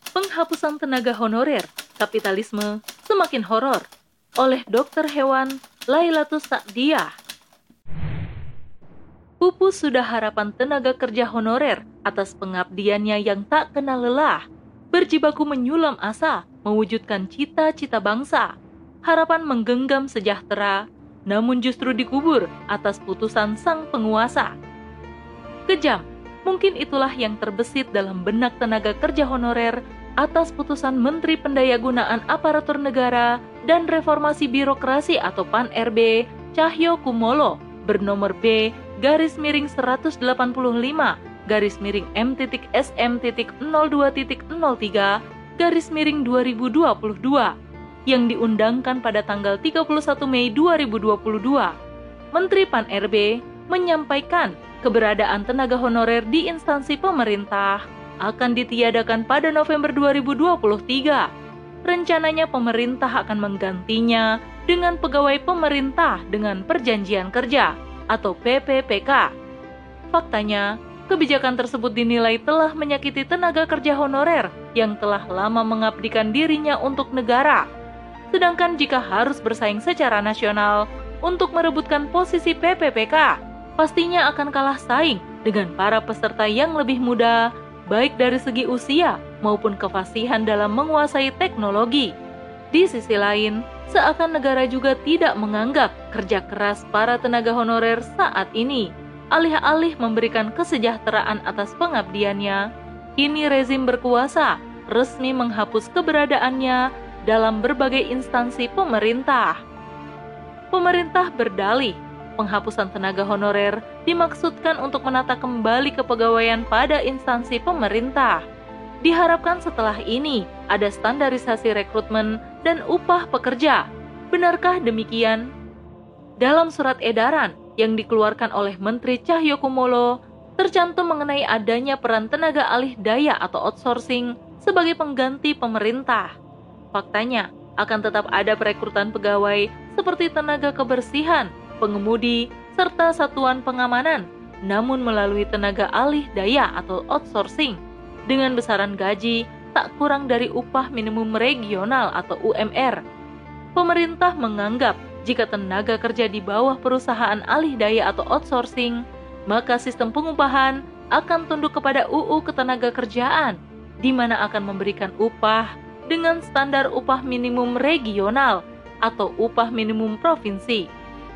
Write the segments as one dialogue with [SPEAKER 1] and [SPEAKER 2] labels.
[SPEAKER 1] Penghapusan tenaga honorer, kapitalisme semakin horor, oleh Dr. Hewan Lailatus Sa'diyah. Pupus sudah harapan tenaga kerja honorer atas pengabdiannya yang tak kenal lelah, berjibaku menyulam asa, mewujudkan cita-cita bangsa. Harapan menggenggam sejahtera, namun justru dikubur atas putusan sang penguasa. Kejam, mungkin itulah yang terbesit dalam benak tenaga kerja honorer atas putusan Menteri Pendayagunaan Aparatur Negara dan Reformasi Birokrasi atau PAN-RB Cahyokumolo bernomor B/M/SM.M.02.03 yang diundangkan pada tanggal 31 Mei 2022. Menteri PAN-RB menyampaikan keberadaan tenaga honorer di instansi pemerintah akan ditiadakan pada November 2023. Rencananya pemerintah akan menggantinya dengan pegawai pemerintah dengan perjanjian kerja atau PPPK. Faktanya, kebijakan tersebut dinilai telah menyakiti tenaga kerja honorer yang telah lama mengabdikan dirinya untuk negara. Sedangkan jika harus bersaing secara nasional untuk merebutkan posisi PPPK, pastinya akan kalah saing dengan para peserta yang lebih muda, baik dari segi usia maupun kefasihan dalam menguasai teknologi. Di sisi lain, seakan negara juga tidak menganggap kerja keras para tenaga honorer saat ini. Alih-alih memberikan kesejahteraan atas pengabdiannya, kini rezim berkuasa resmi menghapus keberadaannya dalam berbagai instansi pemerintah. Pemerintah berdalih, penghapusan tenaga honorer dimaksudkan untuk menata kembali kepegawaian pada instansi pemerintah. Diharapkan setelah ini ada standarisasi rekrutmen dan upah pekerja. Benarkah demikian? Dalam surat edaran yang dikeluarkan oleh Menteri Cahyokumolo, tercantum mengenai adanya peran tenaga alih daya atau outsourcing sebagai pengganti pemerintah. Faktanya, akan tetap ada perekrutan pegawai seperti tenaga kebersihan, pengemudi, serta satuan pengamanan, namun melalui tenaga alih daya atau outsourcing, dengan besaran gaji tak kurang dari upah minimum regional atau UMR. Pemerintah menganggap jika tenaga kerja di bawah perusahaan alih daya atau outsourcing, maka sistem pengupahan akan tunduk kepada UU Ketenagakerjaan, di mana akan memberikan upah dengan standar upah minimum regional atau upah minimum provinsi.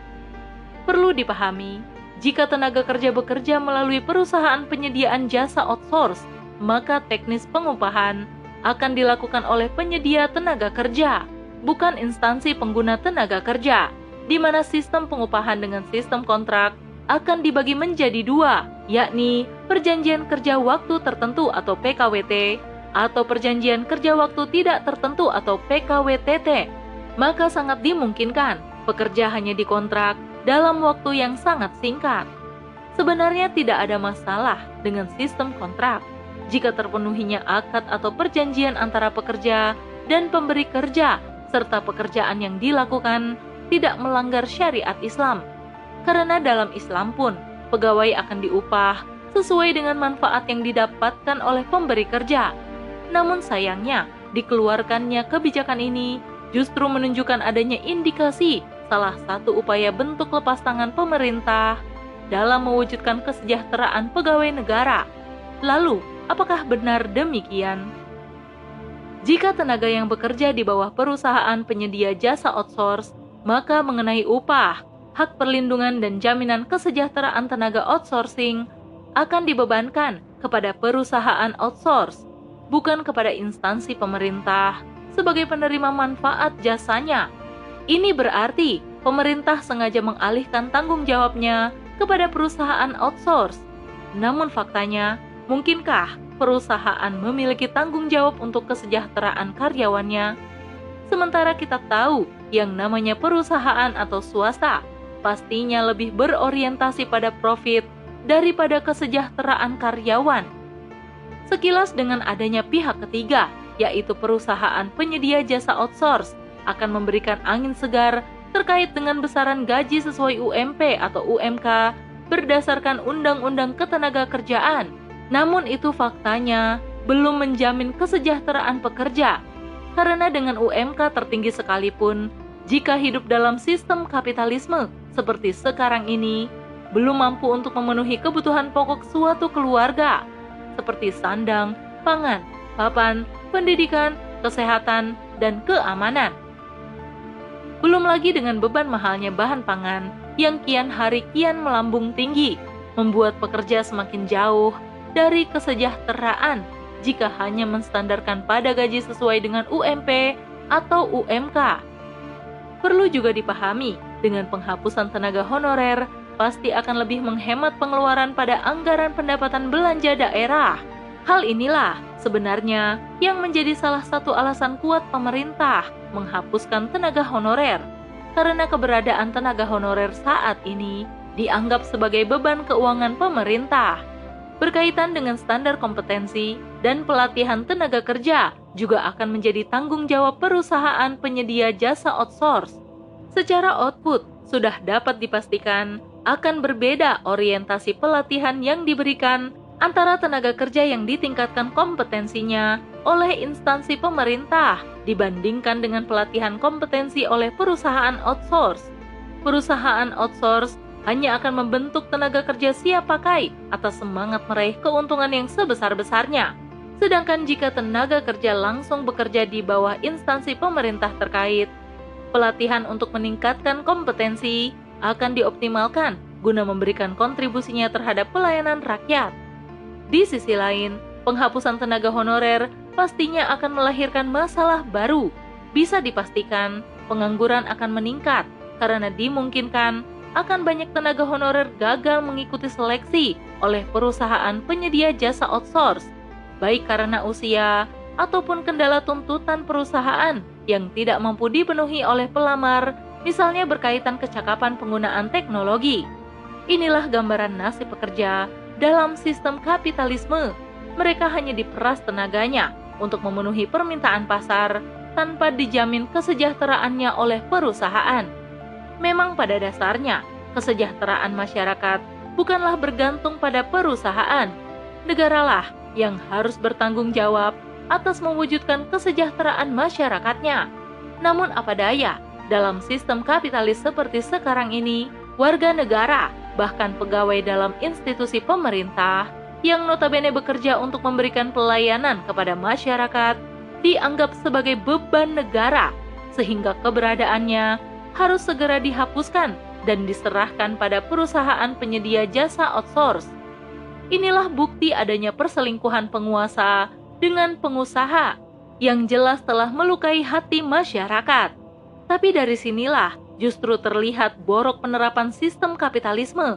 [SPEAKER 1] Perlu dipahami, jika tenaga kerja bekerja melalui perusahaan penyediaan jasa outsource, maka teknis pengupahan akan dilakukan oleh penyedia tenaga kerja, bukan instansi pengguna tenaga kerja, di mana sistem pengupahan dengan sistem kontrak akan dibagi menjadi dua, yakni perjanjian kerja waktu tertentu atau PKWT, atau perjanjian kerja waktu tidak tertentu atau PKWTT. Maka sangat dimungkinkan pekerja hanya dikontrak dalam waktu yang sangat singkat. Sebenarnya tidak ada masalah dengan sistem kontrak jika terpenuhinya akad atau perjanjian antara pekerja dan pemberi kerja, serta pekerjaan yang dilakukan tidak melanggar syariat Islam. Karena dalam Islam pun, pegawai akan diupah sesuai dengan manfaat yang didapatkan oleh pemberi kerja. Namun sayangnya, dikeluarkannya kebijakan ini justru menunjukkan adanya indikasi salah satu upaya bentuk lepas tangan pemerintah dalam mewujudkan kesejahteraan pegawai negara. Lalu, apakah benar demikian? Jika tenaga yang bekerja di bawah perusahaan penyedia jasa outsource, maka mengenai upah, hak perlindungan dan jaminan kesejahteraan tenaga outsourcing akan dibebankan kepada perusahaan outsource, bukan kepada instansi pemerintah sebagai penerima manfaat jasanya. Ini berarti pemerintah sengaja mengalihkan tanggung jawabnya kepada perusahaan outsource. Namun faktanya, mungkinkah perusahaan memiliki tanggung jawab untuk kesejahteraan karyawannya? Sementara kita tahu yang namanya perusahaan atau swasta pastinya lebih berorientasi pada profit daripada kesejahteraan karyawan. Sekilas dengan adanya pihak ketiga, yaitu perusahaan penyedia jasa outsource, akan memberikan angin segar terkait dengan besaran gaji sesuai UMP atau UMK berdasarkan Undang-Undang Ketenagakerjaan. Namun itu faktanya belum menjamin kesejahteraan pekerja, karena dengan UMK tertinggi sekalipun, jika hidup dalam sistem kapitalisme seperti sekarang ini, belum mampu untuk memenuhi kebutuhan pokok suatu keluarga, seperti sandang, pangan, papan, pendidikan, kesehatan, dan keamanan. Belum lagi dengan beban mahalnya bahan pangan yang kian hari kian melambung tinggi, membuat pekerja semakin jauh dari kesejahteraan jika hanya menstandarkan pada gaji sesuai dengan UMP atau UMK. Perlu juga dipahami, dengan penghapusan tenaga honorer, pasti akan lebih menghemat pengeluaran pada anggaran pendapatan belanja daerah. Hal inilah sebenarnya yang menjadi salah satu alasan kuat pemerintah menghapuskan tenaga honorer, karena keberadaan tenaga honorer saat ini dianggap sebagai beban keuangan pemerintah. Berkaitan dengan standar kompetensi dan pelatihan tenaga kerja juga akan menjadi tanggung jawab perusahaan penyedia jasa outsource. Secara output, sudah dapat dipastikan akan berbeda orientasi pelatihan yang diberikan antara tenaga kerja yang ditingkatkan kompetensinya oleh instansi pemerintah dibandingkan dengan pelatihan kompetensi oleh perusahaan outsource. Perusahaan outsource hanya akan membentuk tenaga kerja siap pakai atas semangat meraih keuntungan yang sebesar-besarnya. Sedangkan jika tenaga kerja langsung bekerja di bawah instansi pemerintah terkait, pelatihan untuk meningkatkan kompetensi akan dioptimalkan guna memberikan kontribusinya terhadap pelayanan rakyat. Di sisi lain, penghapusan tenaga honorer pastinya akan melahirkan masalah baru. Bisa dipastikan pengangguran akan meningkat karena dimungkinkan akan banyak tenaga honorer gagal mengikuti seleksi oleh perusahaan penyedia jasa outsource, baik karena usia ataupun kendala tuntutan perusahaan yang tidak mampu dipenuhi oleh pelamar, misalnya berkaitan kecakapan penggunaan teknologi. Inilah gambaran nasib pekerja dalam sistem kapitalisme. Mereka hanya diperas tenaganya untuk memenuhi permintaan pasar tanpa dijamin kesejahteraannya oleh perusahaan. Memang pada dasarnya, kesejahteraan masyarakat bukanlah bergantung pada perusahaan. Negaralah yang harus bertanggung jawab atas mewujudkan kesejahteraan masyarakatnya. Namun apa daya, dalam sistem kapitalis seperti sekarang ini, warga negara, bahkan pegawai dalam institusi pemerintah, yang notabene bekerja untuk memberikan pelayanan kepada masyarakat, dianggap sebagai beban negara, sehingga keberadaannya harus segera dihapuskan dan diserahkan pada perusahaan penyedia jasa outsource. Inilah bukti adanya perselingkuhan penguasa dengan pengusaha yang jelas telah melukai hati masyarakat. Tapi dari sinilah justru terlihat borok penerapan sistem kapitalisme.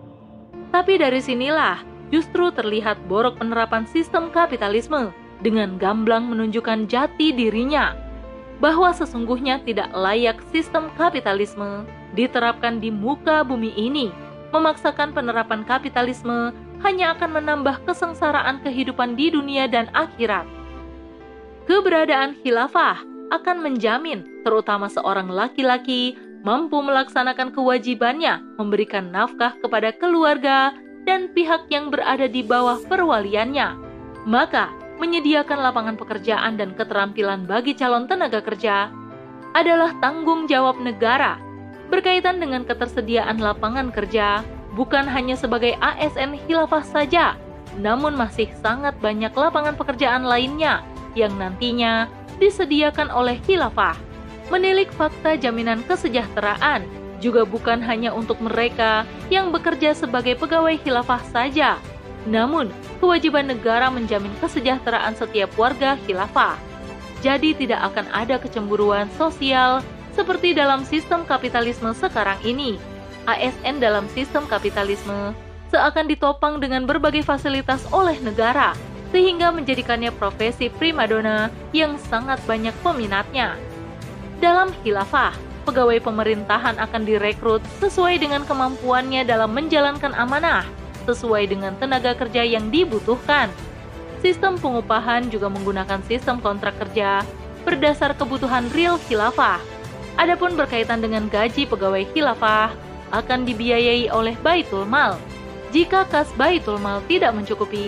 [SPEAKER 1] Dengan gamblang menunjukkan jati dirinya, bahwa sesungguhnya tidak layak sistem kapitalisme diterapkan di muka bumi ini. Memaksakan penerapan kapitalisme hanya akan menambah kesengsaraan kehidupan di dunia dan akhirat. Keberadaan khilafah akan menjamin terutama seorang laki-laki mampu melaksanakan kewajibannya memberikan nafkah kepada keluarga dan pihak yang berada di bawah perwaliannya. Maka, menyediakan lapangan pekerjaan dan keterampilan bagi calon tenaga kerja adalah tanggung jawab negara. Berkaitan dengan ketersediaan lapangan kerja, bukan hanya sebagai ASN khilafah saja, namun masih sangat banyak lapangan pekerjaan lainnya yang nantinya disediakan oleh khilafah. Menilik fakta jaminan kesejahteraan juga bukan hanya untuk mereka yang bekerja sebagai pegawai khilafah saja, namun kewajiban negara menjamin kesejahteraan setiap warga khilafah. Jadi tidak akan ada kecemburuan sosial seperti dalam sistem kapitalisme sekarang ini. ASN dalam sistem kapitalisme seakan ditopang dengan berbagai fasilitas oleh negara, sehingga menjadikannya profesi primadona yang sangat banyak peminatnya. Dalam khilafah, pegawai pemerintahan akan direkrut sesuai dengan kemampuannya dalam menjalankan amanah, sesuai dengan tenaga kerja yang dibutuhkan. Sistem pengupahan juga menggunakan sistem kontrak kerja berdasar kebutuhan real khilafah. Adapun berkaitan dengan gaji pegawai khilafah akan dibiayai oleh Baitul Mal. Jika kas Baitul Mal tidak mencukupi,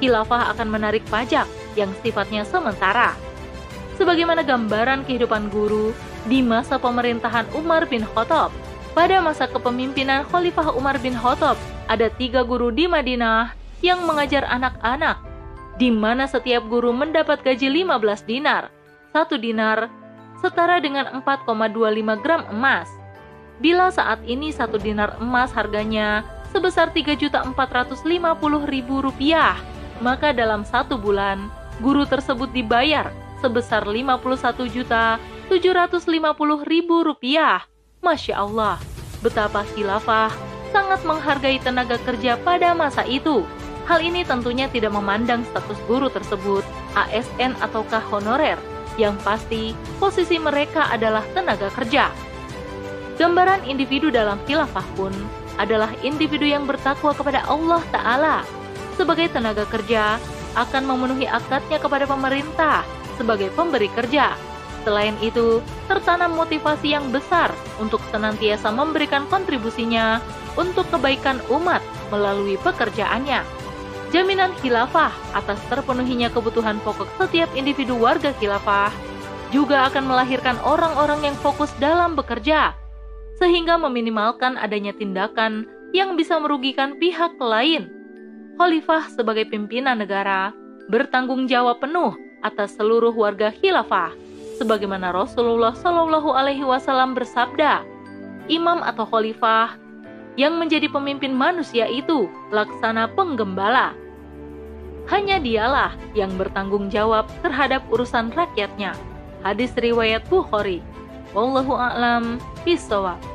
[SPEAKER 1] khilafah akan menarik pajak yang sifatnya sementara. Sebagaimana gambaran kehidupan guru di masa pemerintahan Umar bin Khattab. Pada masa kepemimpinan Khalifah Umar bin Khattab, ada 3 guru di Madinah yang mengajar anak-anak, di mana setiap guru mendapat gaji 15 dinar. 1 dinar setara dengan 4,25 gram emas. Bila saat ini 1 dinar emas harganya sebesar Rp3.450.000, maka dalam 1 bulan, guru tersebut dibayar sebesar Rp51.750.000. Masya Allah, betapa khilafah sangat menghargai tenaga kerja pada masa itu. Hal ini tentunya tidak memandang status guru tersebut, ASN ataukah honorer. Yang pasti, posisi mereka adalah tenaga kerja. Gambaran individu dalam khilafah pun adalah individu yang bertakwa kepada Allah Ta'ala. Sebagai tenaga kerja, akan memenuhi akadnya kepada pemerintah sebagai pemberi kerja. Selain itu, tertanam motivasi yang besar untuk senantiasa memberikan kontribusinya untuk kebaikan umat melalui pekerjaannya. Jaminan khilafah atas terpenuhinya kebutuhan pokok setiap individu warga khilafah juga akan melahirkan orang-orang yang fokus dalam bekerja, sehingga meminimalkan adanya tindakan yang bisa merugikan pihak lain. Khalifah sebagai pimpinan negara bertanggung jawab penuh atas seluruh warga khilafah, sebagaimana Rasulullah Shallallahu Alaihi Wasallam bersabda, imam atau khalifah yang menjadi pemimpin manusia itu laksana penggembala. Hanya dialah yang bertanggung jawab terhadap urusan rakyatnya. Hadis riwayat Bukhari. Wallahu a'lam bishawab.